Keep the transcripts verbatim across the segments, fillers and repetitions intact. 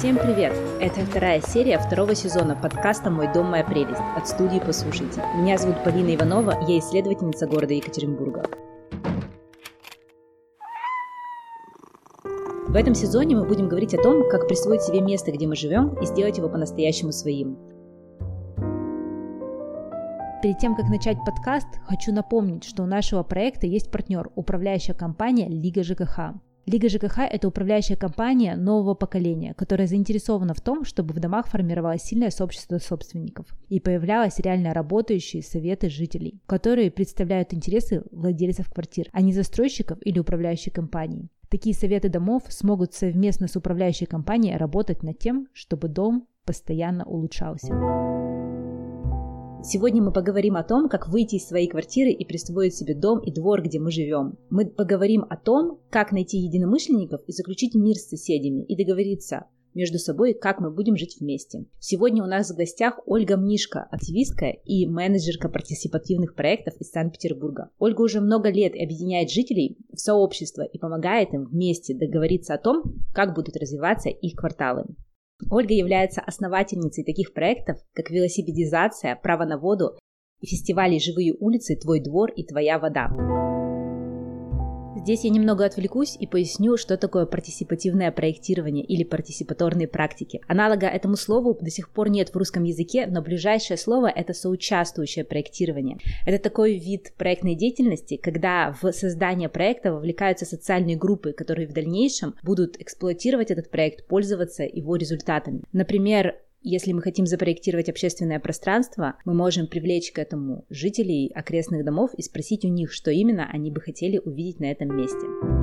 Всем привет! Это вторая серия второго сезона подкаста «Мой дом, моя прелесть» от студии «Послушайте». Меня зовут Полина Иванова, я исследовательница города Екатеринбурга. В этом сезоне мы будем говорить о том, как присвоить себе место, где мы живем, и сделать его по-настоящему своим. Перед тем, как начать подкаст, хочу напомнить, что у нашего проекта есть партнер – управляющая компания «Лига ЖКХ». Лига ЖКХ – это управляющая компания нового поколения, которая заинтересована в том, чтобы в домах формировалось сильное сообщество собственников и появлялись реально работающие советы жителей, которые представляют интересы владельцев квартир, а не застройщиков или управляющей компании. Такие советы домов смогут совместно с управляющей компанией работать над тем, чтобы дом постоянно улучшался. Сегодня мы поговорим о том, как выйти из своей квартиры и присвоить себе дом и двор, где мы живем. Мы поговорим о том, как найти единомышленников и заключить мир с соседями и договориться между собой, как мы будем жить вместе. Сегодня у нас в гостях Ольга Мнишко, активистка и менеджерка партисипативных проектов из Санкт-Петербурга. Ольга уже много лет объединяет жителей в сообщество и помогает им вместе договориться о том, как будут развиваться их кварталы. Ольга является основательницей таких проектов, как велосипедизация, право на воду и фестивалей «Живые улицы», «Твой двор» и «Твоя вода». Здесь я немного отвлекусь и поясню, что такое партисипативное проектирование или партисипаторные практики. Аналога этому слову до сих пор нет в русском языке, но ближайшее слово – это соучаствующее проектирование. Это такой вид проектной деятельности, когда в создание проекта вовлекаются социальные группы, которые в дальнейшем будут эксплуатировать этот проект, пользоваться его результатами. Например, если мы хотим запроектировать общественное пространство, мы можем привлечь к этому жителей окрестных домов и спросить у них, что именно они бы хотели увидеть на этом месте.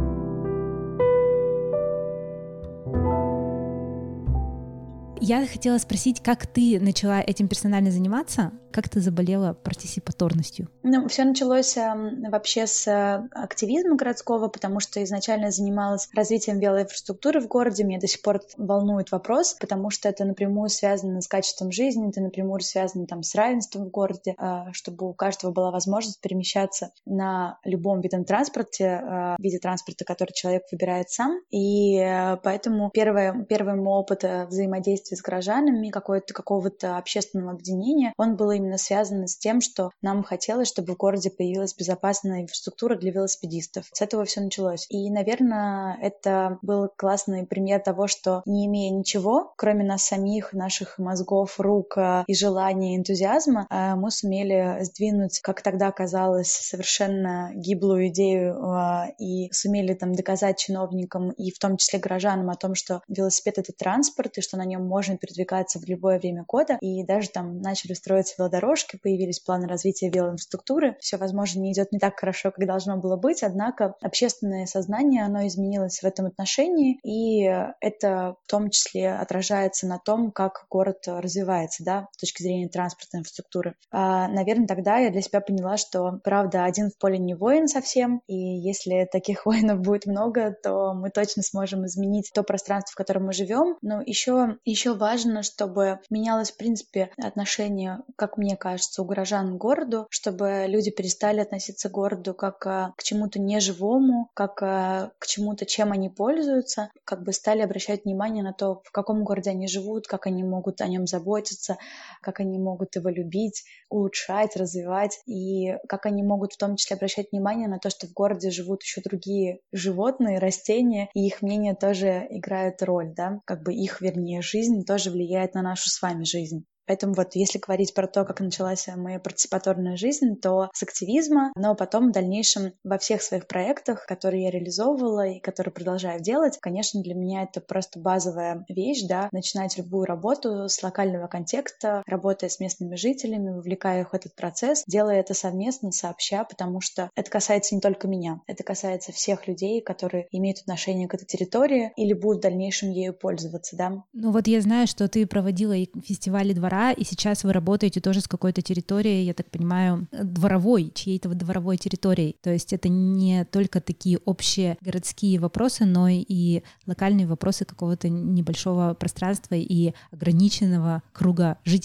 Я хотела спросить, как ты начала этим персонально заниматься? Как ты заболела партисипаторностью? Ну, все началось э, вообще с э, активизма городского, потому что изначально занималась развитием велоинфраструктуры в городе. Меня до сих пор волнует вопрос, потому что это напрямую связано с качеством жизни, это напрямую связано там, с равенством в городе, э, чтобы у каждого была возможность перемещаться на любом виде транспорта, э, виде транспорта, который человек выбирает сам. И э, поэтому первое, первый мой опыт взаимодействия с горожанами, какого-то, какого-то общественного объединения, он был именно связано с тем, что нам хотелось, чтобы в городе появилась безопасная инфраструктура для велосипедистов. С этого все началось. И, наверное, это был классный пример того, что не имея ничего, кроме нас самих, наших мозгов, рук и желания, энтузиазма, мы сумели сдвинуть, как тогда казалось, совершенно гиблую идею и сумели там доказать чиновникам и в том числе горожанам о том, что велосипед — это транспорт и что на нем можно передвигаться в любое время года. И даже там начали строиться велодорожки, появились планы развития велоинфраструктуры. Все, возможно, не идет не так хорошо, как должно было быть, однако общественное сознание, оно изменилось в этом отношении, и это в том числе отражается на том, как город развивается, да, с точки зрения транспортной инфраструктуры. А, наверное, тогда я для себя поняла, что, правда, один в поле не воин совсем, и если таких воинов будет много, то мы точно сможем изменить то пространство, в котором мы живем. Но еще, еще важно, чтобы менялось, в принципе, отношение, как мне кажется, у горожан к городу, чтобы люди перестали относиться к городу как к чему-то неживому, как к чему-то, чем они пользуются, как бы стали обращать внимание на то, в каком городе они живут, как они могут о нем заботиться, как они могут его любить, улучшать, развивать, и как они могут в том числе обращать внимание на то, что в городе живут еще другие животные, растения, и их мнение тоже играет роль, да, как бы их, вернее, жизнь тоже влияет на нашу с вами жизнь. Поэтому вот если говорить про то, как началась моя партисипаторная жизнь, то с активизма, но потом в дальнейшем во всех своих проектах, которые я реализовывала и которые продолжаю делать, конечно, для меня это просто базовая вещь, да, начинать любую работу с локального контекста, работая с местными жителями, вовлекая их в этот процесс, делая это совместно, сообща, потому что это касается не только меня, это касается всех людей, которые имеют отношение к этой территории или будут в дальнейшем ею пользоваться, да. Ну вот я знаю, что ты проводила и фестивали двора, и сейчас вы работаете тоже с какой-то территорией, я так понимаю, дворовой, чьей-то дворовой территорией. То есть это не только такие общие городские вопросы, но и локальные вопросы какого-то небольшого пространства и ограниченного круга жителей.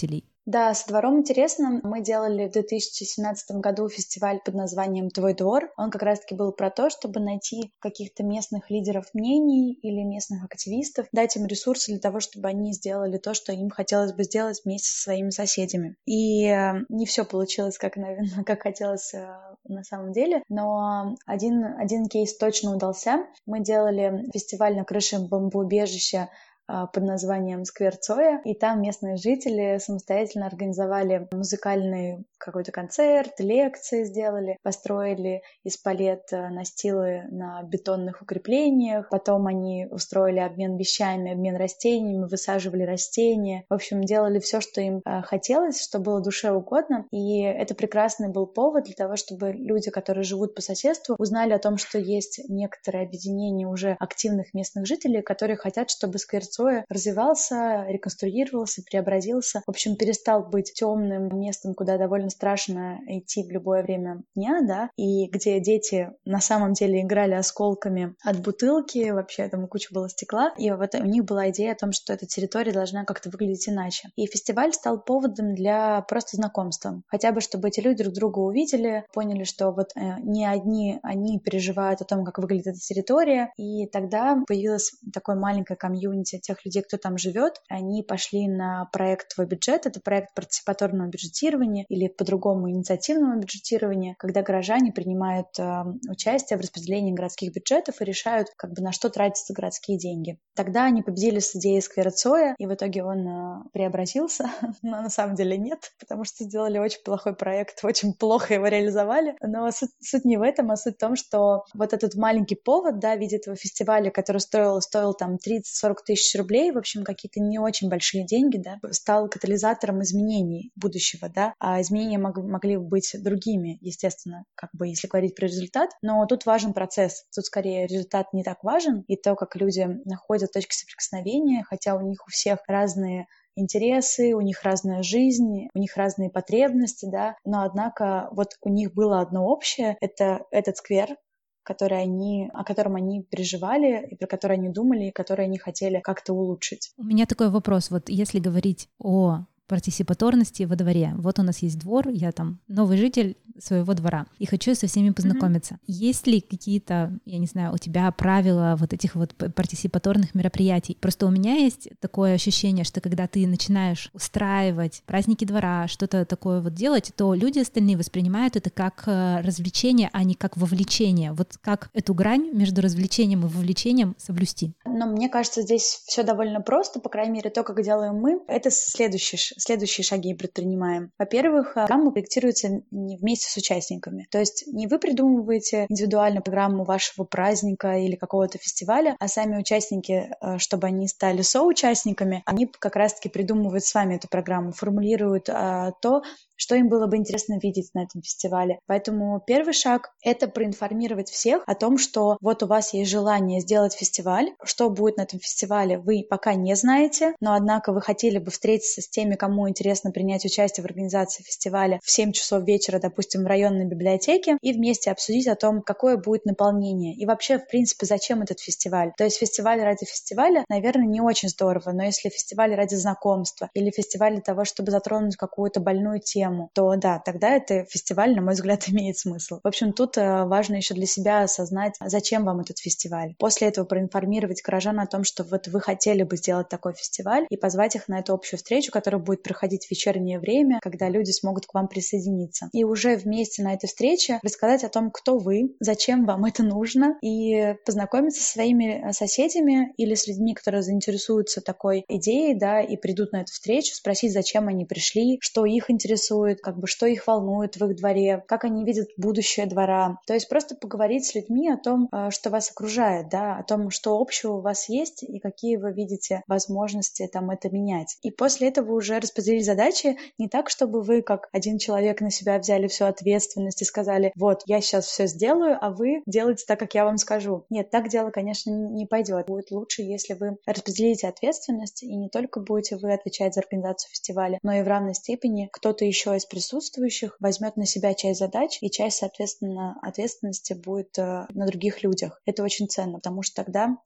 Да, со двором интересно. Мы делали в две тысячи семнадцатом году фестиваль под названием «Твой двор». Он как раз-таки был про то, чтобы найти каких-то местных лидеров мнений или местных активистов, дать им ресурсы для того, чтобы они сделали то, что им хотелось бы сделать вместе со своими соседями. И не все получилось, как, наверное, как хотелось на самом деле, но один, один кейс точно удался. Мы делали фестиваль на крыше бомбоубежища под названием «Сквер Цоя», и там местные жители самостоятельно организовали музыкальный какой-то концерт, лекции сделали, построили из палет настилы на бетонных укреплениях, потом они устроили обмен вещами, обмен растениями, высаживали растения, в общем, делали все, что им хотелось, что было душе угодно, и это прекрасный был повод для того, чтобы люди, которые живут по соседству, узнали о том, что есть некоторые объединения уже активных местных жителей, которые хотят, чтобы Сквер Цоя развивался, реконструировался, преобразился, в общем, перестал быть темным местом, куда довольно страшно идти в любое время дня, да, и где дети на самом деле играли осколками от бутылки, вообще там куча было стекла, и вот у них была идея о том, что эта территория должна как-то выглядеть иначе. И фестиваль стал поводом для просто знакомства, хотя бы чтобы эти люди друг друга увидели, поняли, что вот э, не одни они переживают о том, как выглядит эта территория, и тогда появилось такое маленькое комьюнити тех людей, кто там живет, они пошли на проект «Твой бюджет». Это проект партиципаторного бюджетирования или по-другому инициативного бюджетирования, когда горожане принимают э, участие в распределении городских бюджетов и решают, как бы на что тратятся городские деньги. Тогда они победили с идеей Сквера Цоя, и в итоге он э, преобразился, но на самом деле нет, потому что сделали очень плохой проект, очень плохо его реализовали. Но суть, суть не в этом, а суть в том, что вот этот маленький повод, да, в виде этого фестиваля, который стоил, стоил там тридцать-сорок тысяч рублей, в общем, какие-то не очень большие деньги, да, стал катализатором изменений будущего, да, а изменения мог, могли быть другими, естественно, как бы, если говорить про результат, но тут важен процесс, тут скорее результат не так важен, и то, как люди находят точки соприкосновения, хотя у них у всех разные интересы, у них разная жизнь, у них разные потребности, да, но однако вот у них было одно общее, это этот сквер, который они, о котором они переживали, и про который они думали, и который они хотели как-то улучшить. У меня такой вопрос. Вот если говорить о партисипаторности во дворе. Вот у нас есть двор, я там новый житель своего двора, и хочу со всеми познакомиться. Mm-hmm. Есть ли какие-то, я не знаю, у тебя правила вот этих вот партисипаторных мероприятий? Просто у меня есть такое ощущение, что когда ты начинаешь устраивать праздники двора, что-то такое вот делать, то люди остальные воспринимают это как развлечение, а не как вовлечение. Вот как эту грань между развлечением и вовлечением соблюсти? Но мне кажется, здесь все довольно просто, по крайней мере, то, как делаем мы, это следующие, следующие шаги предпринимаем. Во-первых, программа проектируется вместе с участниками. То есть не вы придумываете индивидуальную программу вашего праздника или какого-то фестиваля, а сами участники, чтобы они стали соучастниками, они как раз-таки придумывают с вами эту программу, формулируют а, то, что им было бы интересно видеть на этом фестивале. Поэтому первый шаг — это проинформировать всех о том, что вот у вас есть желание сделать фестиваль, что будет на этом фестивале, вы пока не знаете, но однако вы хотели бы встретиться с теми, кому интересно принять участие в организации фестиваля в семь часов вечера, допустим, в районной библиотеке, и вместе обсудить о том, какое будет наполнение. И вообще, в принципе, зачем этот фестиваль? То есть фестиваль ради фестиваля, наверное, не очень здорово, но если фестиваль ради знакомства или фестиваль для того, чтобы затронуть какую-то больную тему, то да, тогда это фестиваль, на мой взгляд, имеет смысл. В общем, тут важно еще для себя осознать, зачем вам этот фестиваль. После этого проинформировать горожан о том, что вот вы хотели бы сделать такой фестиваль, и позвать их на эту общую встречу, которая будет проходить в вечернее время, когда люди смогут к вам присоединиться. И уже вместе на этой встрече рассказать о том, кто вы, зачем вам это нужно, и познакомиться со своими соседями или с людьми, которые заинтересуются такой идеей, да, и придут на эту встречу, спросить, зачем они пришли, что их интересует, как бы что их волнует в их дворе, как они видят будущее двора. То есть просто поговорить с людьми о том, что вас окружает, да, о том, что общего у вас есть и какие вы видите возможности там это менять. И после этого уже распределить задачи не так, чтобы вы как один человек на себя взяли всю ответственность и сказали, вот, я сейчас все сделаю, а вы делайте так, как я вам скажу. Нет, так дело, конечно, не пойдет. Будет лучше, если вы распределите ответственность, и не только будете вы отвечать за организацию фестиваля, но и в равной степени кто-то еще из присутствующих возьмет на себя часть задач, и часть, соответственно, ответственности будет э, на других людях. Это очень ценно, потому что тогда это будет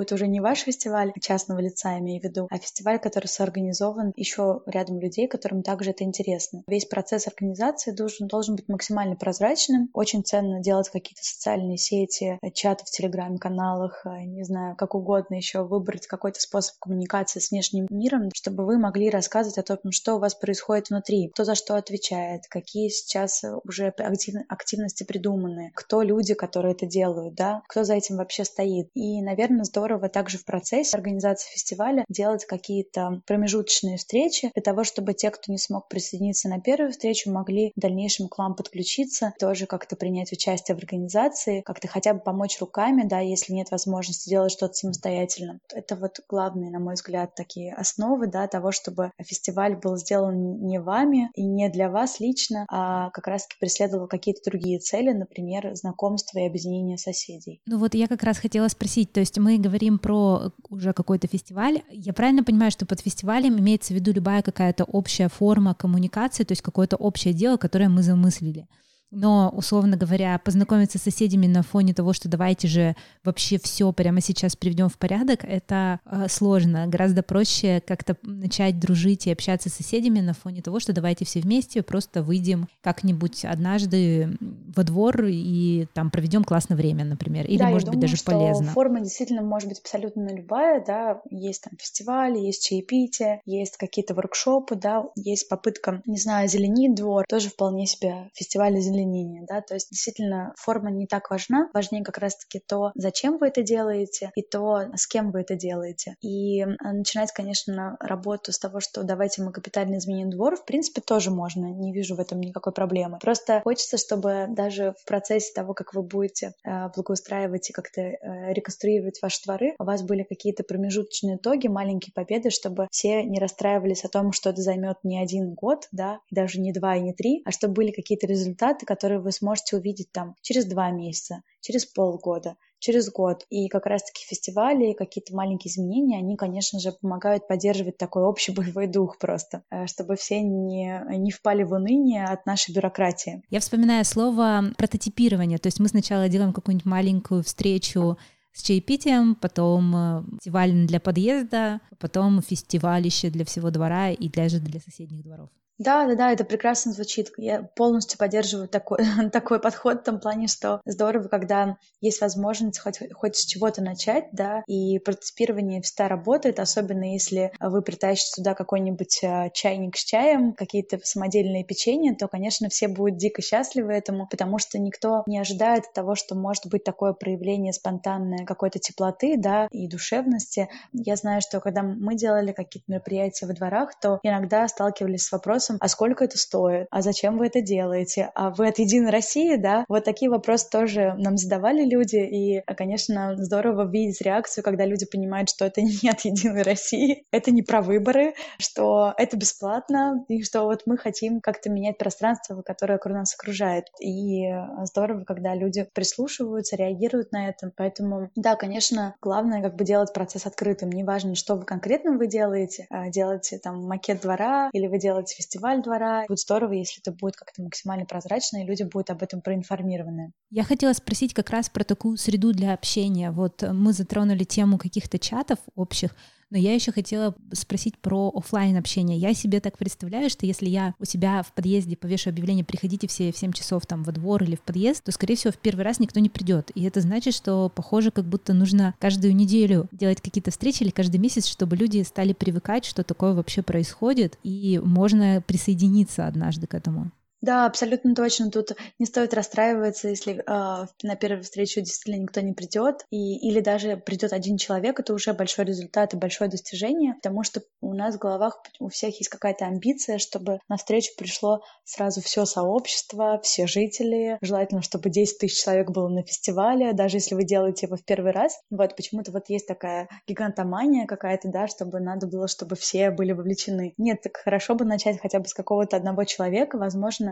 будет уже не ваш фестиваль частного лица, имею в виду, а фестиваль, который соорганизован еще рядом людей, которым также это интересно. Весь процесс организации должен, должен быть максимально прозрачным. Очень ценно делать какие-то социальные сети, чаты в телеграм-каналах, не знаю, как угодно еще выбрать какой-то способ коммуникации с внешним миром, чтобы вы могли рассказывать о том, что у вас происходит внутри, кто за что отвечает, какие сейчас уже актив, активности придуманы, кто люди, которые это делают, да, кто за этим вообще стоит. И, наверное, здорово также в процессе организации фестиваля делать какие-то промежуточные встречи для того, чтобы те, кто не смог присоединиться на первую встречу, могли в дальнейшем к вам подключиться, тоже как-то принять участие в организации, как-то хотя бы помочь руками, да, если нет возможности делать что-то самостоятельно. Это вот главные, на мой взгляд, такие основы, да, того, чтобы фестиваль был сделан не вами и не для вас лично, а как раз-таки преследовал какие-то другие цели, например, знакомство и объединение соседей. Ну вот я как раз хотела спросить, то есть мы говорим про уже какой-то фестиваль. Я правильно понимаю, что под фестивалем имеется в виду любая какая-то общая форма коммуникации, то есть какое-то общее дело, которое мы замыслили? Но, условно говоря, познакомиться с соседями на фоне того, что давайте же вообще все прямо сейчас приведем в порядок, это э, сложно. Гораздо проще как-то начать дружить и общаться с соседями на фоне того, что давайте все вместе просто выйдем как-нибудь однажды во двор и там проведем классное время, например. Или, да, может я быть, думаю, даже что полезно. Форма действительно может быть абсолютно любая, да, есть там фестивали, есть чаепитие, есть какие-то воркшопы, да, есть попытка, не знаю, озеленить двор, тоже вполне себе фестиваль озеленения. Да? То есть действительно форма не так важна, важнее как раз-таки то, зачем вы это делаете, и то, с кем вы это делаете. И начинать, конечно, работу с того, что давайте мы капитально изменим двор, в принципе, тоже можно, не вижу в этом никакой проблемы. Просто хочется, чтобы даже в процессе того, как вы будете э, благоустраивать и как-то э, реконструировать ваши дворы, у вас были какие-то промежуточные итоги, маленькие победы, чтобы все не расстраивались о том, что это займет не один год, да, даже не два и не три, а чтобы были какие-то результаты, которые вы сможете увидеть там через два месяца, через полгода, через год. И как раз-таки фестивали, какие-то маленькие изменения, они, конечно же, помогают поддерживать такой общий боевой дух просто, чтобы все не, не впали в уныние от нашей бюрократии. Я вспоминаю слово прототипирование, то есть мы сначала делаем какую-нибудь маленькую встречу с чаепитием, потом фестиваль для подъезда, потом фестивалище для всего двора и даже для соседних дворов. Да, да, да, это прекрасно звучит. Я полностью поддерживаю такой, такой подход в том плане, что здорово, когда есть возможность хоть, хоть с чего-то начать, да, и прототипирование всегда работает, особенно если вы притащите сюда какой-нибудь чайник с чаем, какие-то самодельные печенья, то, конечно, все будут дико счастливы этому, потому что никто не ожидает того, что может быть такое проявление спонтанное какой-то теплоты, да, и душевности. Я знаю, что когда мы делали какие-то мероприятия во дворах, то иногда сталкивались с вопросом, а сколько это стоит, а зачем вы это делаете, а вы от Единой России, да? Вот такие вопросы тоже нам задавали люди, и, конечно, здорово видеть реакцию, когда люди понимают, что это не от Единой России, это не про выборы, что это бесплатно, и что вот мы хотим как-то менять пространство, которое нас окружает. И здорово, когда люди прислушиваются, реагируют на это. Поэтому, да, конечно, главное как бы делать процесс открытым. Неважно, что вы конкретно вы делаете, делаете там макет двора или вы делаете фестиваль, фестиваль двора. Будет здорово, если это будет как-то максимально прозрачно, и люди будут об этом проинформированы. Я хотела спросить как раз про такую среду для общения. Вот мы затронули тему каких-то чатов общих, но я еще хотела спросить про офлайн общение. Я себе так представляю, что если я у себя в подъезде повешу объявление «приходите все в семь часов там во двор или в подъезд», то, скорее всего, в первый раз никто не придет. И это значит, что, похоже, как будто нужно каждую неделю делать какие-то встречи или каждый месяц, чтобы люди стали привыкать, что такое вообще происходит, и можно присоединиться однажды к этому. Да, абсолютно точно. Тут не стоит расстраиваться, если э, на первую встречу действительно никто не придет, и, или даже придет один человек, это уже большой результат и большое достижение, потому что у нас в головах у всех есть какая-то амбиция, чтобы на встречу пришло сразу все сообщество, все жители, желательно, чтобы десять тысяч человек было на фестивале, даже если вы делаете его в первый раз. Вот почему-то вот есть такая гигантомания какая-то, да, чтобы надо было, чтобы все были вовлечены. Нет, так хорошо бы начать хотя бы с какого-то одного человека, возможно,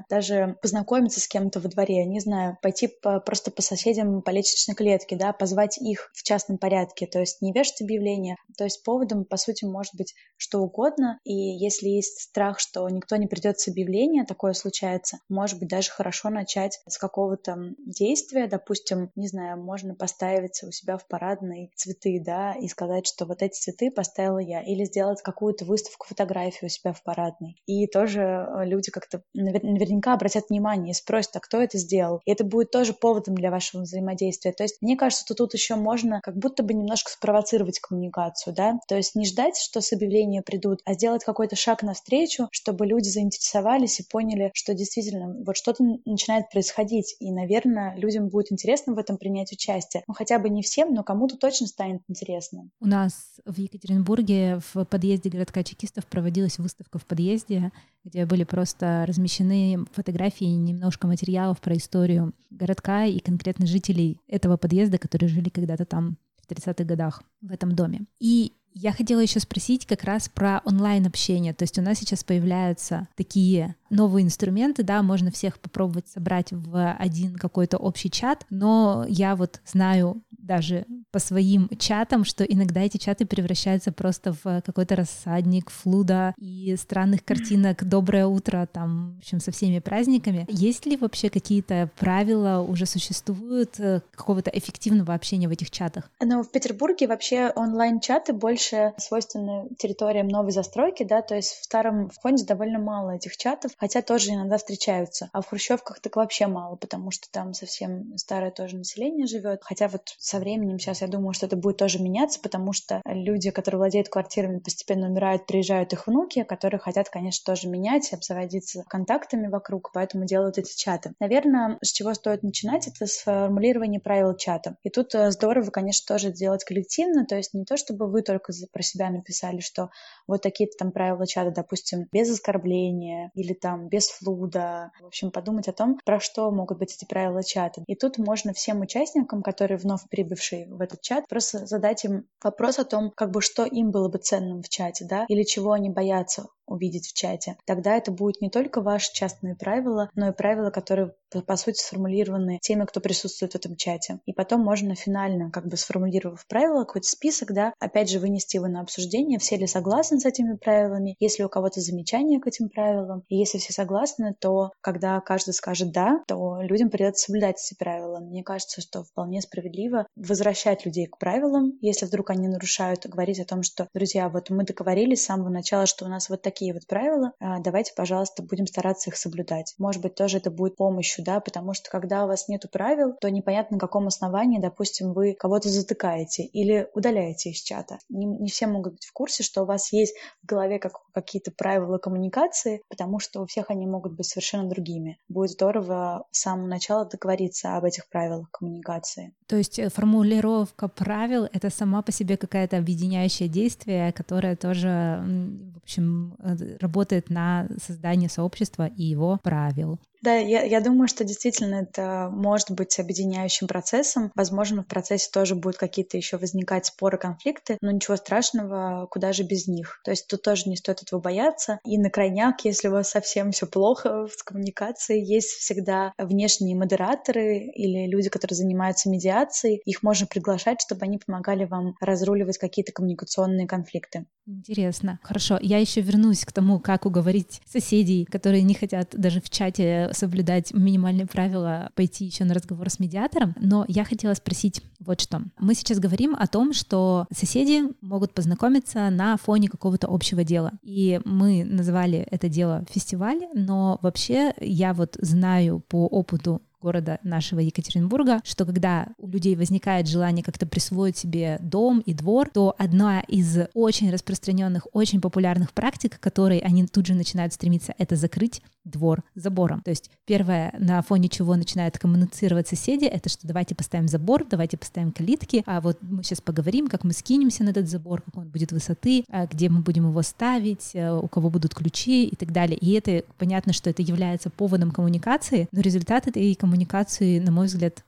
банально даже познакомиться с кем-то во дворе, не знаю, пойти по, просто по соседям по лестничной клетке, да, позвать их в частном порядке, то есть не вешать объявления, то есть поводом, по сути, может быть что угодно, и если есть страх, что никто не придет с объявления, такое случается, может быть даже хорошо начать с какого-то действия, допустим, не знаю, можно поставить у себя в парадной цветы, да, и сказать, что вот эти цветы поставила я, или сделать какую-то выставку фотографий у себя в парадной. И тоже люди как-то наверняка обратят внимание и спросят, а кто это сделал? И это будет тоже поводом для вашего взаимодействия. То есть, мне кажется, что тут еще можно как будто бы немножко спровоцировать коммуникацию, да, то есть не ждать, что с объявления придут, а сделать какой-то шаг навстречу, чтобы люди заинтересовались и поняли, что действительно вот что-то начинает происходить, и, наверное, людям будет интересно в этом принять участие. Ну, хотя бы не всем, но кому-то точно станет интересно. У нас в Екатеринбурге в подъезде городка чекистов проводилась выставка в подъезде, где были просто размещены фотографии и немножко материалов про историю городка и конкретно жителей этого подъезда, которые жили когда-то там в тридцатых годах в этом доме. И я хотела еще спросить как раз про онлайн-общение. То есть у нас сейчас появляются такие новые инструменты, да, можно всех попробовать собрать в один какой-то общий чат, но я вот знаю даже по своим чатам, что иногда эти чаты превращаются просто в какой-то рассадник флуда и странных картинок «Доброе утро», там, в общем, со всеми праздниками. Есть ли вообще какие-то правила, уже существуют какого-то эффективного общения в этих чатах? Ну, в Петербурге вообще онлайн-чаты больше свойственны территориям новой застройки, да, то есть в старом фонде довольно мало этих чатов, хотя тоже иногда встречаются. А в хрущевках так вообще мало, потому что там совсем старое тоже население живет. Хотя вот со временем сейчас я думаю, что это будет тоже меняться, потому что люди, которые владеют квартирами, постепенно умирают, приезжают их внуки, которые хотят, конечно, тоже менять, обзаводиться контактами вокруг, поэтому делают эти чаты. Наверное, с чего стоит начинать, это с формулирования правил чата. И тут здорово, конечно, тоже делать коллективно, то есть не то, чтобы вы только про себя написали, что вот такие-то там правила чата, допустим, без оскорбления или там без флуда. В общем, подумать о том, про что могут быть эти правила чата. И тут можно всем участникам, которые вновь прибывшие в этот чат, просто задать им вопрос о том, как бы что им было бы ценным в чате, да, или чего они боятся увидеть в чате. Тогда это будет не только ваши частные правила, но и правила, которые, по сути, сформулированы теми, кто присутствует в этом чате. И потом можно финально, как бы сформулировав правила, какой-то список, да, опять же вынести его на обсуждение, все ли согласны с этими правилами, есть ли у кого-то замечания к этим правилам. И если все согласны, то когда каждый скажет «да», то людям придется соблюдать эти правила. Мне кажется, что вполне справедливо возвращать людей к правилам, если вдруг они нарушают, говорить о том, что, друзья, вот мы договорились с самого начала, что у нас вот такие вот правила, давайте, пожалуйста, будем стараться их соблюдать. Может быть, тоже это будет помощью, да, потому что когда у вас нету правил, то непонятно, на каком основании, допустим, вы кого-то затыкаете или удаляете из чата. Не, не все могут быть в курсе, что у вас есть в голове как, какие-то правила коммуникации, потому что у всех они могут быть совершенно другими. Будет здорово с самого начала договориться об этих правилах коммуникации. То есть формулировка правил — это сама по себе какая-то объединяющее действие, которое тоже, в общем, работает на создание сообщества и его правил. Да, я, я думаю, что действительно это может быть объединяющим процессом. Возможно, в процессе тоже будут какие-то еще возникать споры, конфликты, но ничего страшного, куда же без них. То есть тут тоже не стоит этого бояться. И на крайняк, если у вас совсем все плохо с коммуникацией, есть всегда внешние модераторы или люди, которые занимаются медиацией. Их можно приглашать, чтобы они помогали вам разруливать какие-то коммуникационные конфликты. Интересно. Хорошо, я еще вернусь к тому, как уговорить соседей, которые не хотят даже в чате соблюдать минимальные правила, пойти еще на разговор с медиатором. Но я хотела спросить вот что. Мы сейчас говорим о том, что соседи могут познакомиться на фоне какого-то общего дела. И мы называли это дело фестиваль, но вообще я вот знаю по опыту города нашего Екатеринбурга, что когда у людей возникает желание как-то присвоить себе дом и двор, то одна из очень распространенных, очень популярных практик, к которой они тут же начинают стремиться, это закрыть двор забором. То есть первое, на фоне чего начинают коммуницировать соседи, это что давайте поставим забор, давайте поставим калитки, а вот мы сейчас поговорим, как мы скинемся на этот забор, какой он будет высоты, где мы будем его ставить, у кого будут ключи и так далее. И это понятно, что это является поводом коммуникации, но результат этой коммуникации, на мой взгляд,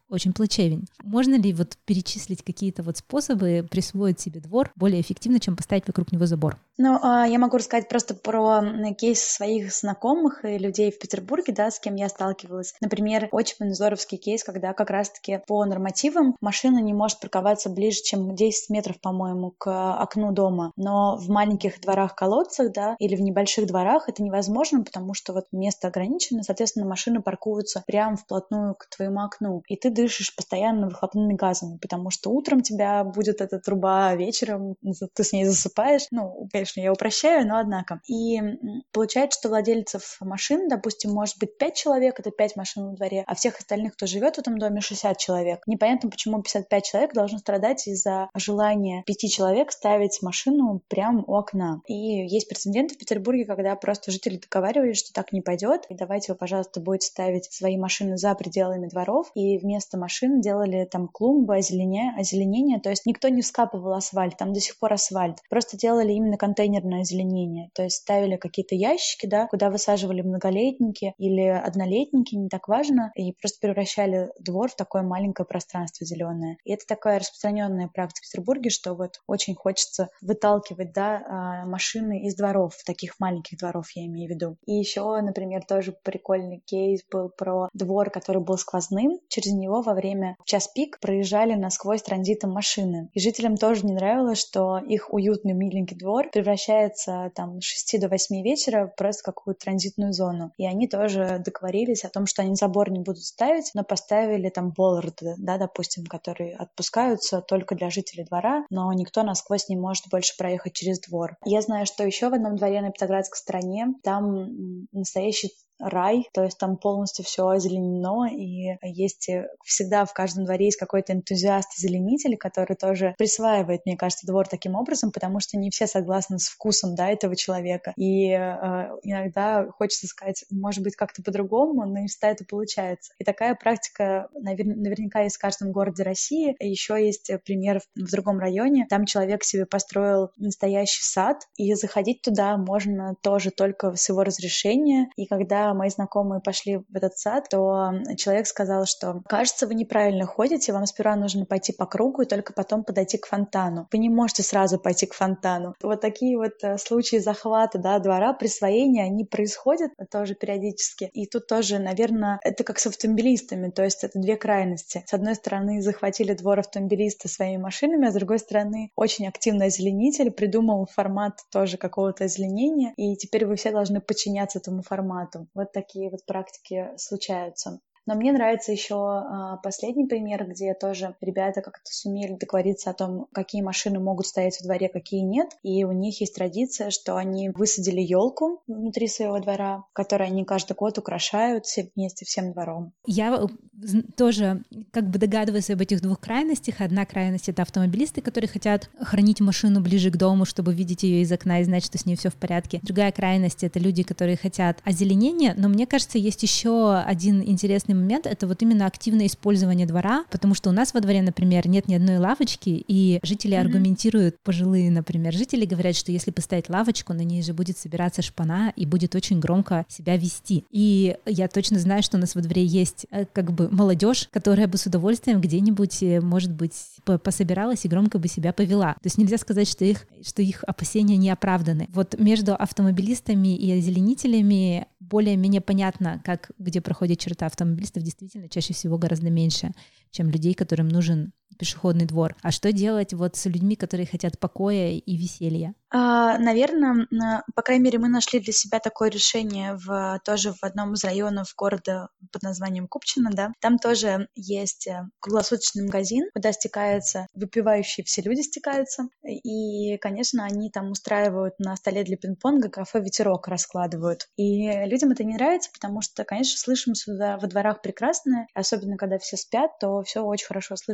очень плачевен. Можно ли вот перечислить какие-то вот способы присвоить себе двор более эффективно, чем поставить вокруг него забор? Ну, я могу рассказать просто про кейс своих знакомых и людей в Петербурге, да, с кем я сталкивалась. Например, очень здоровский кейс, когда как раз-таки по нормативам машина не может парковаться ближе, чем десять метров, по-моему, к окну дома. Но в маленьких дворах-колодцах, да, или в небольших дворах это невозможно, потому что вот место ограничено, соответственно, машины паркуются прямо вплотную к твоему окну. И ты дышишь постоянно выхлопными газами, потому что утром тебя будет эта труба, а вечером ты с ней засыпаешь. Ну, конечно, я упрощаю, но однако. И получается, что владельцев машин, допустим, может быть пять человек, это пять машин во дворе, а всех остальных, кто живет в этом доме, шестьдесят человек. Непонятно, почему пятьдесят пять человек должны страдать из-за желания пяти человек ставить машину прямо у окна. И есть прецеденты в Петербурге, когда просто жители договаривались, что так не пойдет, и давайте вы, пожалуйста, будете ставить свои машины за пределами дворов, и вместо машин делали там клумбы, озеленение, озеленение, то есть никто не вскапывал асфальт, там до сих пор асфальт, просто делали именно контейнерное озеленение, то есть ставили какие-то ящики, да, куда высаживали многолетники или однолетники, не так важно, и просто превращали двор в такое маленькое пространство зеленое. И это такая распространенная практика в Петербурге, что вот очень хочется выталкивать, да, машины из дворов, таких маленьких дворов, я имею в виду. И еще, например, тоже прикольный кейс был про двор, который был сквозным. Через него во время час пик проезжали насквозь транзитом машины. И жителям тоже не нравилось, что их уютный, миленький двор превращается там с шести до восьми вечера просто в какую-то транзитную зону. И они тоже договорились о том, что они забор не будут ставить, но поставили там болларды, да, допустим, которые отпускаются только для жителей двора, но никто насквозь не может больше проехать через двор. Я знаю, что еще в одном дворе на Петроградской стороне там настоящий рай, то есть там полностью все озеленено, и есть всегда в каждом дворе есть какой-то энтузиаст-озеленитель, который тоже присваивает, мне кажется, двор таким образом, потому что не все согласны с вкусом, да, этого человека, и э, иногда хочется сказать, может быть, как-то по-другому, но не всегда это получается. И такая практика навер- наверняка есть в каждом городе России. Еще есть пример в, в другом районе, там человек себе построил настоящий сад, и заходить туда можно тоже только с его разрешения, и когда мои знакомые пошли в этот сад, то человек сказал, что кажется, вы неправильно ходите, вам сперва нужно пойти по кругу и только потом подойти к фонтану. Вы не можете сразу пойти к фонтану. Вот такие вот случаи захвата, да, двора, присвоения, они происходят тоже периодически. И тут тоже, наверное, это как с автомобилистами, то есть это две крайности. С одной стороны, захватили двор автомобилиста своими машинами, а с другой стороны, очень активный озеленитель придумал формат тоже какого-то озеленения, и теперь вы все должны подчиняться этому формату. Вот такие вот практики случаются. Но мне нравится еще а, последний пример, где тоже ребята как-то сумели договориться о том, какие машины могут стоять во дворе, какие нет. И у них есть традиция, что они высадили елку внутри своего двора, которую они каждый год украшают все вместе всем двором. Я тоже как бы догадываюсь об этих двух крайностях. Одна крайность — это автомобилисты, которые хотят хранить машину ближе к дому, чтобы видеть ее из окна и знать, что с ней все в порядке. Другая крайность — это люди, которые хотят озеленения. Но мне кажется, есть еще один интересный момент — это вот именно активное использование двора, потому что у нас во дворе, например, нет ни одной лавочки, и жители mm-hmm. аргументируют, пожилые, например, жители говорят, что если поставить лавочку, на ней же будет собираться шпана и будет очень громко себя вести. И я точно знаю, что у нас во дворе есть как бы молодежь, которая бы с удовольствием где-нибудь, может быть, пособиралась и громко бы себя повела. То есть нельзя сказать, что их, что их опасения не оправданы. Вот между автомобилистами и озеленителями более-менее понятно, как, где проходит черта. Автомобилистов действительно чаще всего гораздо меньше, чем людей, которым нужен пешеходный двор. А что делать вот с людьми, которые хотят покоя и веселья? А, наверное, по крайней мере, мы нашли для себя такое решение в, тоже в одном из районов города под названием Купчино, да. Там тоже есть круглосуточный магазин, куда стекаются, выпивающие все люди стекаются. И, конечно, они там устраивают на столе для пинг-понга кафе «Ветерок» раскладывают. И людям это не нравится, потому что, конечно, слышим сюда во дворах прекрасное, особенно когда все спят, то все очень хорошо слышно, что происходит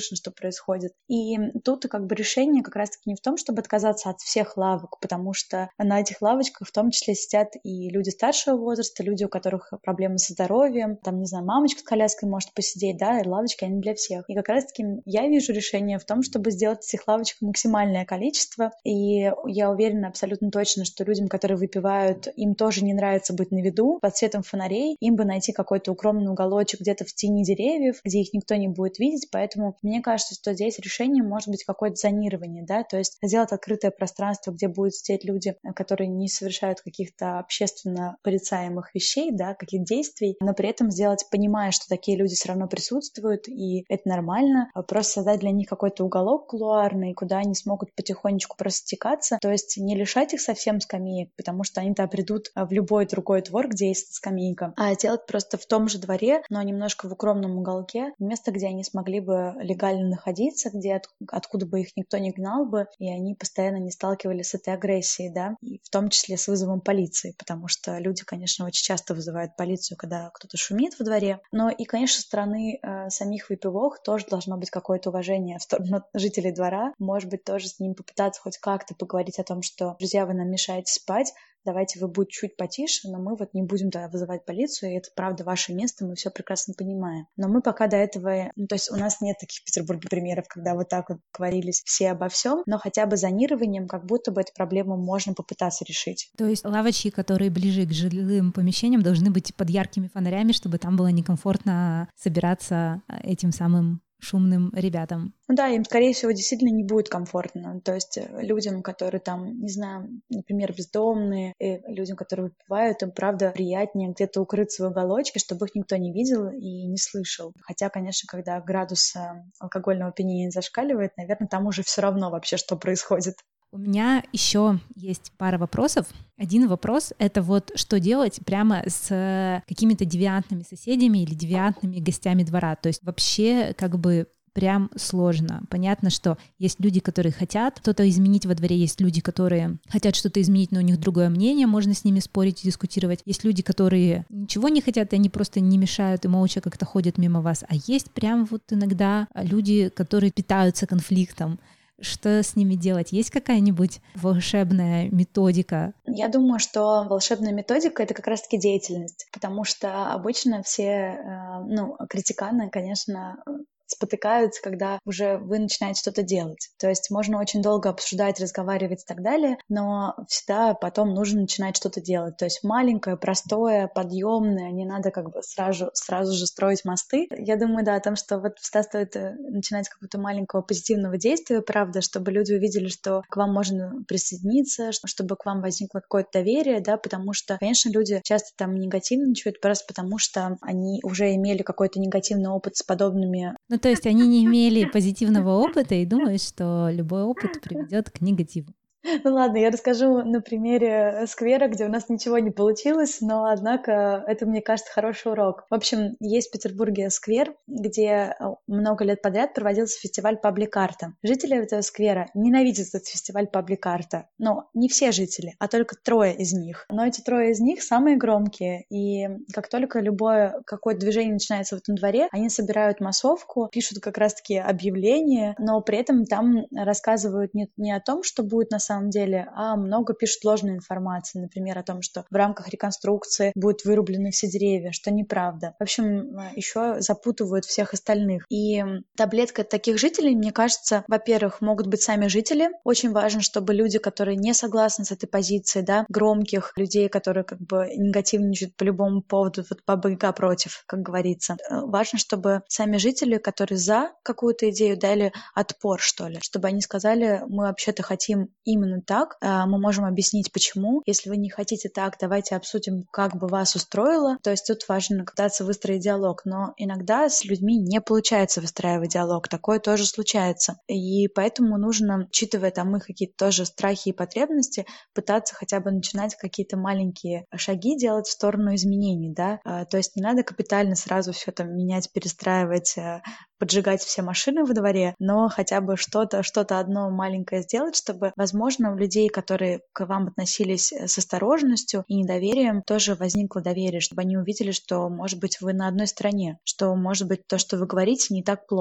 происходит. И тут как бы решение как раз-таки не в том, чтобы отказаться от всех лавок, потому что на этих лавочках в том числе сидят и люди старшего возраста, люди, у которых проблемы со здоровьем, там, не знаю, мамочка с коляской может посидеть, да, и лавочки, они для всех. И как раз-таки я вижу решение в том, чтобы сделать этих лавочек максимальное количество, и я уверена абсолютно точно, что людям, которые выпивают, им тоже не нравится быть на виду под светом фонарей, им бы найти какой-то укромный уголочек где-то в тени деревьев, где их никто не будет видеть, поэтому мне кажется, что здесь решение может быть какое-то зонирование, да, то есть сделать открытое пространство, где будут сидеть люди, которые не совершают каких-то общественно порицаемых вещей, да, каких-то действий, но при этом сделать, понимая, что такие люди все равно присутствуют, и это нормально, просто создать для них какой-то уголок кулуарный, куда они смогут потихонечку просто стекаться, то есть не лишать их совсем скамеек, потому что они-то придут в любой другой двор, где есть скамейка, а делать просто в том же дворе, но немножко в укромном уголке, место, где они смогли бы легально находиться, где от, откуда бы их никто не гнал бы, и они постоянно не сталкивались с этой агрессией, да, и в том числе с вызовом полиции, потому что люди, конечно, очень часто вызывают полицию, когда кто-то шумит во дворе, но и, конечно, со стороны э, самих выпивок тоже должно быть какое-то уважение в сторону жителей двора, может быть, тоже с ним попытаться хоть как-то поговорить о том, что, друзья, вы нам мешаете спать, давайте вы будете чуть потише, но мы вот не будем тогда вызывать полицию, и это правда ваше место, мы все прекрасно понимаем. Но мы пока до этого, ну, то есть у нас нет таких в Петербурге примеров, когда вот так вот говорились все обо всем, но хотя бы зонированием как будто бы эту проблему можно попытаться решить. То есть лавочки, которые ближе к жилым помещениям, должны быть под яркими фонарями, чтобы там было некомфортно собираться этим самым шумным ребятам. Ну да, им, скорее всего, действительно не будет комфортно. То есть людям, которые там, не знаю, например, бездомные, и людям, которые выпивают, им, правда, приятнее где-то укрыться в уголочке, чтобы их никто не видел и не слышал. Хотя, конечно, когда градус алкогольного опьянения зашкаливает, наверное, там уже все равно вообще, что происходит. У меня еще есть пара вопросов. Один вопрос — это вот что делать прямо с какими-то девиантными соседями или девиантными гостями двора. То есть вообще как бы прям сложно. Понятно, что есть люди, которые хотят что-то изменить во дворе, есть люди, которые хотят что-то изменить, но у них другое мнение, можно с ними спорить и дискутировать. Есть люди, которые ничего не хотят, и они просто не мешают и молча как-то ходят мимо вас. А есть прям вот иногда люди, которые питаются конфликтом. Что с ними делать? Есть какая-нибудь волшебная методика? Я думаю, что волшебная методика — это как раз-таки деятельность, потому что обычно все, ну, критиканы, конечно, спотыкаются, когда уже вы начинаете что-то делать. То есть можно очень долго обсуждать, разговаривать и так далее, но всегда потом нужно начинать что-то делать. То есть маленькое, простое, подъемное, не надо как бы сразу, сразу же строить мосты. Я думаю, да, о том, что вот всегда стоит начинать с какого-то маленького позитивного действия, правда, чтобы люди увидели, что к вам можно присоединиться, чтобы к вам возникло какое-то доверие, да, потому что, конечно, люди часто там негативничают просто потому, что они уже имели какой-то негативный опыт с подобными. Ну, то есть они не имели позитивного опыта и думают, что любой опыт приведет к негативу. Ну ладно, я расскажу на примере сквера, где у нас ничего не получилось, но, однако, это, мне кажется, хороший урок. В общем, есть в Петербурге сквер, где много лет подряд проводился фестиваль паблик-арта. Жители этого сквера ненавидят этот фестиваль паблик-арта. Но не все жители, а только трое из них. Но эти трое из них самые громкие, и как только любое какое-то движение начинается в этом дворе, они собирают массовку, пишут как раз-таки объявления, но при этом там рассказывают не, не о том, что будет на самом деле, а много пишут ложной информации, например, о том, что в рамках реконструкции будут вырублены все деревья, что неправда. В общем, еще запутывают всех остальных. И таблетка таких жителей, мне кажется, во-первых, могут быть сами жители. Очень важно, чтобы люди, которые не согласны с этой позицией, да, громких людей, которые как бы негативничают по любому поводу, вот баба-яга против, как говорится. Важно, чтобы сами жители, которые за какую-то идею, дали отпор, что ли, чтобы они сказали, мы вообще-то хотим именно так, мы можем объяснить, почему. Если вы не хотите так, давайте обсудим, как бы вас устроило. То есть тут важно пытаться выстроить диалог, но иногда с людьми не получается выстраивать диалог, такое тоже случается. И поэтому нужно, учитывая там их какие-то тоже страхи и потребности, пытаться хотя бы начинать какие-то маленькие шаги делать в сторону изменений, да. То есть не надо капитально сразу все там менять, перестраивать, поджигать все машины во дворе, но хотя бы что-то, что-то одно маленькое сделать, чтобы, возможно, у людей, которые к вам относились с осторожностью и недоверием, тоже возникло доверие, чтобы они увидели, что, может быть, вы на одной стороне, что, может быть, то, что вы говорите, не так плохо.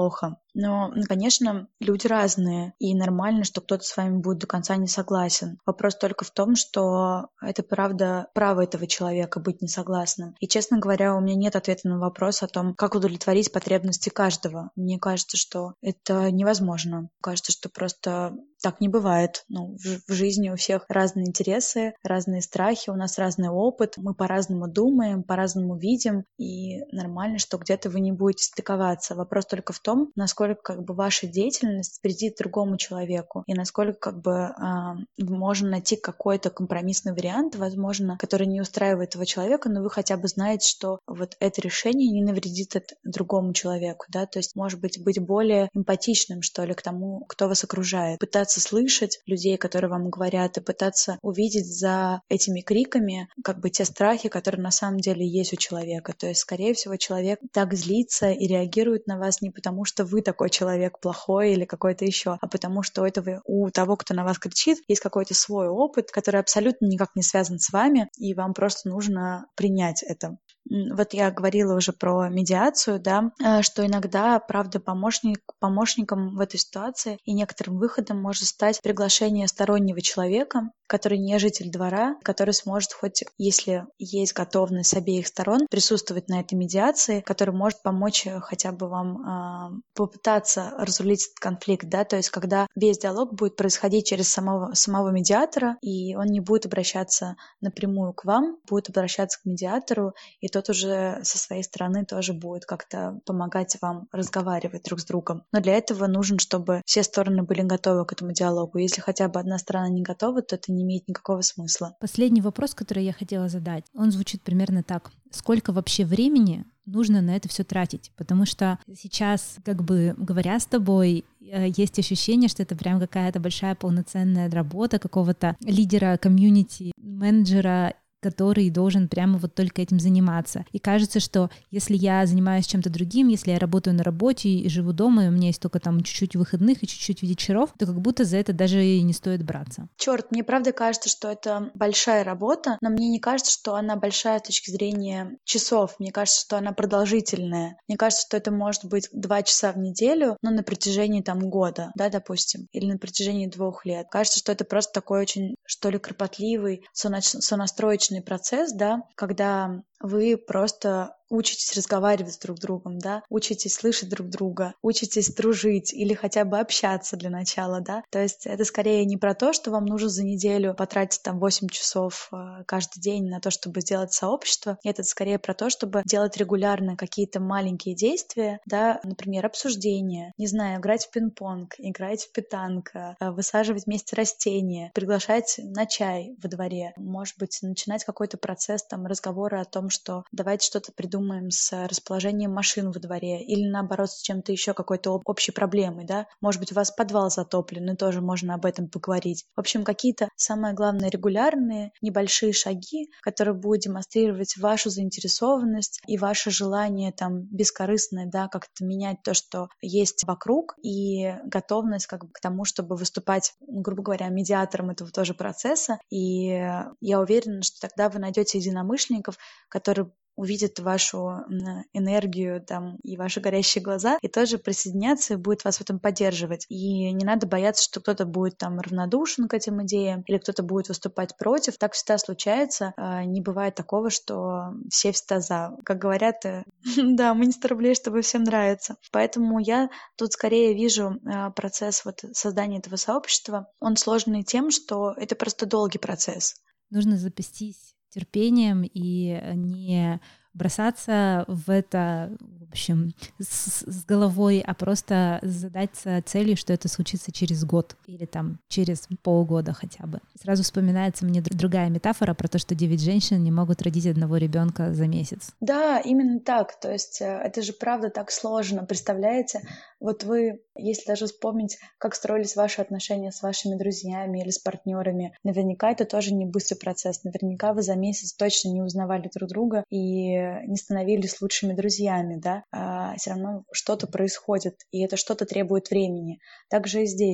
Но, конечно, люди разные, и нормально, что кто-то с вами будет до конца не согласен. Вопрос только в том, что это правда право этого человека быть не согласным. И, честно говоря, у меня нет ответа на вопрос о том, как удовлетворить потребности каждого. Мне кажется, что это невозможно. Кажется, что просто так не бывает. Ну, в, в жизни у всех разные интересы, разные страхи, у нас разный опыт, мы по-разному думаем, по-разному видим, и нормально, что где-то вы не будете стыковаться. Вопрос только в том, насколько как бы ваша деятельность вредит другому человеку, и насколько как бы э, можно найти какой-то компромиссный вариант, возможно, который не устраивает этого человека, но вы хотя бы знаете, что вот это решение не навредит другому человеку, да, то есть, может быть, быть более эмпатичным, что ли, к тому, кто вас окружает, пытаться слышать людей, которые вам говорят, и пытаться увидеть за этими криками как бы те страхи, которые на самом деле есть у человека. То есть, скорее всего, человек так злится и реагирует на вас не потому, что вы такой человек плохой или какой-то еще, а потому что у этого, у того, кто на вас кричит, есть какой-то свой опыт, который абсолютно никак не связан с вами, и вам просто нужно принять это. Вот я говорила уже про медиацию, да, что иногда, правда, помощник, помощником в этой ситуации и некоторым выходом может стать приглашение стороннего человека, который не житель двора, который сможет хоть, если есть готовность с обеих сторон, присутствовать на этой медиации, который может помочь хотя бы вам э, попытаться разрулить этот конфликт, да, то есть когда весь диалог будет происходить через самого, самого медиатора, и он не будет обращаться напрямую к вам, будет обращаться к медиатору, и тот уже со своей стороны тоже будет как-то помогать вам разговаривать друг с другом. Но для этого нужно, чтобы все стороны были готовы к этому диалогу. Если хотя бы одна сторона не готова, то это не имеет никакого смысла. Последний вопрос, который я хотела задать, он звучит примерно так. Сколько вообще времени нужно на это все тратить? Потому что сейчас, как бы говоря с тобой, есть ощущение, что это прям какая-то большая полноценная работа какого-то лидера комьюнити, менеджера, который должен прямо вот только этим заниматься. И кажется, что если я занимаюсь чем-то другим, если я работаю на работе и живу дома, и у меня есть только там чуть-чуть выходных и чуть-чуть вечеров, то как будто за это даже и не стоит браться. Черт, мне правда кажется, что это большая работа, но мне не кажется, что она большая с точки зрения часов. Мне кажется, что она продолжительная. Мне кажется, что это может быть два часа в неделю, но на протяжении там года, да, допустим, или на протяжении двух лет. Кажется, что это просто такой очень, что ли, кропотливый, сонастроечный процесс, да, когда вы просто учитесь разговаривать друг с другом, да, учитесь слышать друг друга, учитесь дружить или хотя бы общаться для начала, да. То есть это скорее не про то, что вам нужно за неделю потратить там восемь часов э, каждый день на то, чтобы сделать сообщество. Это скорее про то, чтобы делать регулярно какие-то маленькие действия, да, например, обсуждение, не знаю, играть в пинг-понг, играть в питанг, э, высаживать вместе растения, приглашать на чай во дворе, может быть, начинать какой-то процесс там разговора о том, что давайте что-то придумаем с расположением машин во дворе или, наоборот, с чем-то еще, какой-то общей проблемой, да. Может быть, у вас подвал затоплен, и тоже можно об этом поговорить. В общем, какие-то, самое главное, регулярные, небольшие шаги, которые будут демонстрировать вашу заинтересованность и ваше желание там бескорыстное, да, как-то менять то, что есть вокруг, и готовность как бы к тому, чтобы выступать, грубо говоря, медиатором этого тоже процесса. И я уверена, что тогда вы найдете единомышленников, которые увидят вашу энергию там, и ваши горящие глаза, и тоже присоединятся и будет вас в этом поддерживать. И не надо бояться, что кто-то будет там равнодушен к этим идеям или кто-то будет выступать против. Так всегда случается. Не бывает такого, что все всегда за. Как говорят, да, мы не сто рублей, чтобы всем нравится. Поэтому я тут скорее вижу процесс вот создания этого сообщества. Он сложный тем, что это просто долгий процесс. Нужно запастись терпением и не бросаться в это, в общем, с, с головой, а просто задаться целью, что это случится через год или там через полгода хотя бы. Сразу вспоминается мне другая метафора про то, что девять женщин не могут родить одного ребенка за месяц. Да, именно так. То есть это же правда так сложно. Представляете, вот вы, если даже вспомнить, как строились ваши отношения с вашими друзьями или с партнерами, наверняка это тоже не быстрый процесс. Наверняка вы за месяц точно не узнавали друг друга и не становились лучшими друзьями, да, а все равно что-то происходит, и это что-то требует времени. Также и здесь.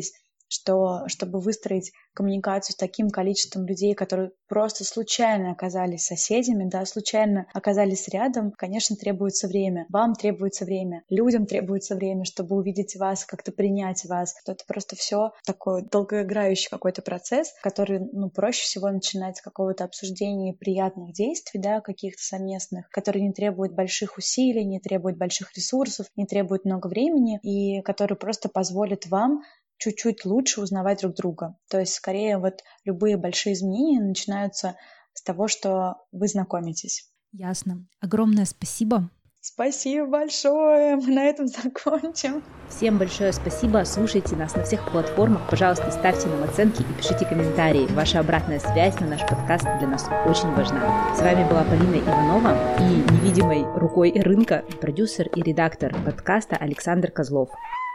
что чтобы выстроить коммуникацию с таким количеством людей, которые просто случайно оказались соседями, да, случайно оказались рядом, конечно, требуется время. Вам требуется время, людям требуется время, чтобы увидеть вас, как-то принять вас. Это просто все такой долгоиграющий какой-то процесс, который, ну, проще всего начинать с какого-то обсуждения приятных действий, да, каких-то совместных, которые не требуют больших усилий, не требуют больших ресурсов, не требуют много времени и которые просто позволят вам чуть-чуть лучше узнавать друг друга. То есть, скорее, вот любые большие изменения начинаются с того, что вы знакомитесь. Ясно. Огромное спасибо. Спасибо большое. Мы на этом закончим. Всем большое спасибо. Слушайте нас на всех платформах. Пожалуйста, ставьте нам оценки и пишите комментарии. Ваша обратная связь на наш подкаст для нас очень важна. С вами была Полина Иванова и невидимой рукой рынка продюсер и редактор подкаста Александр Козлов.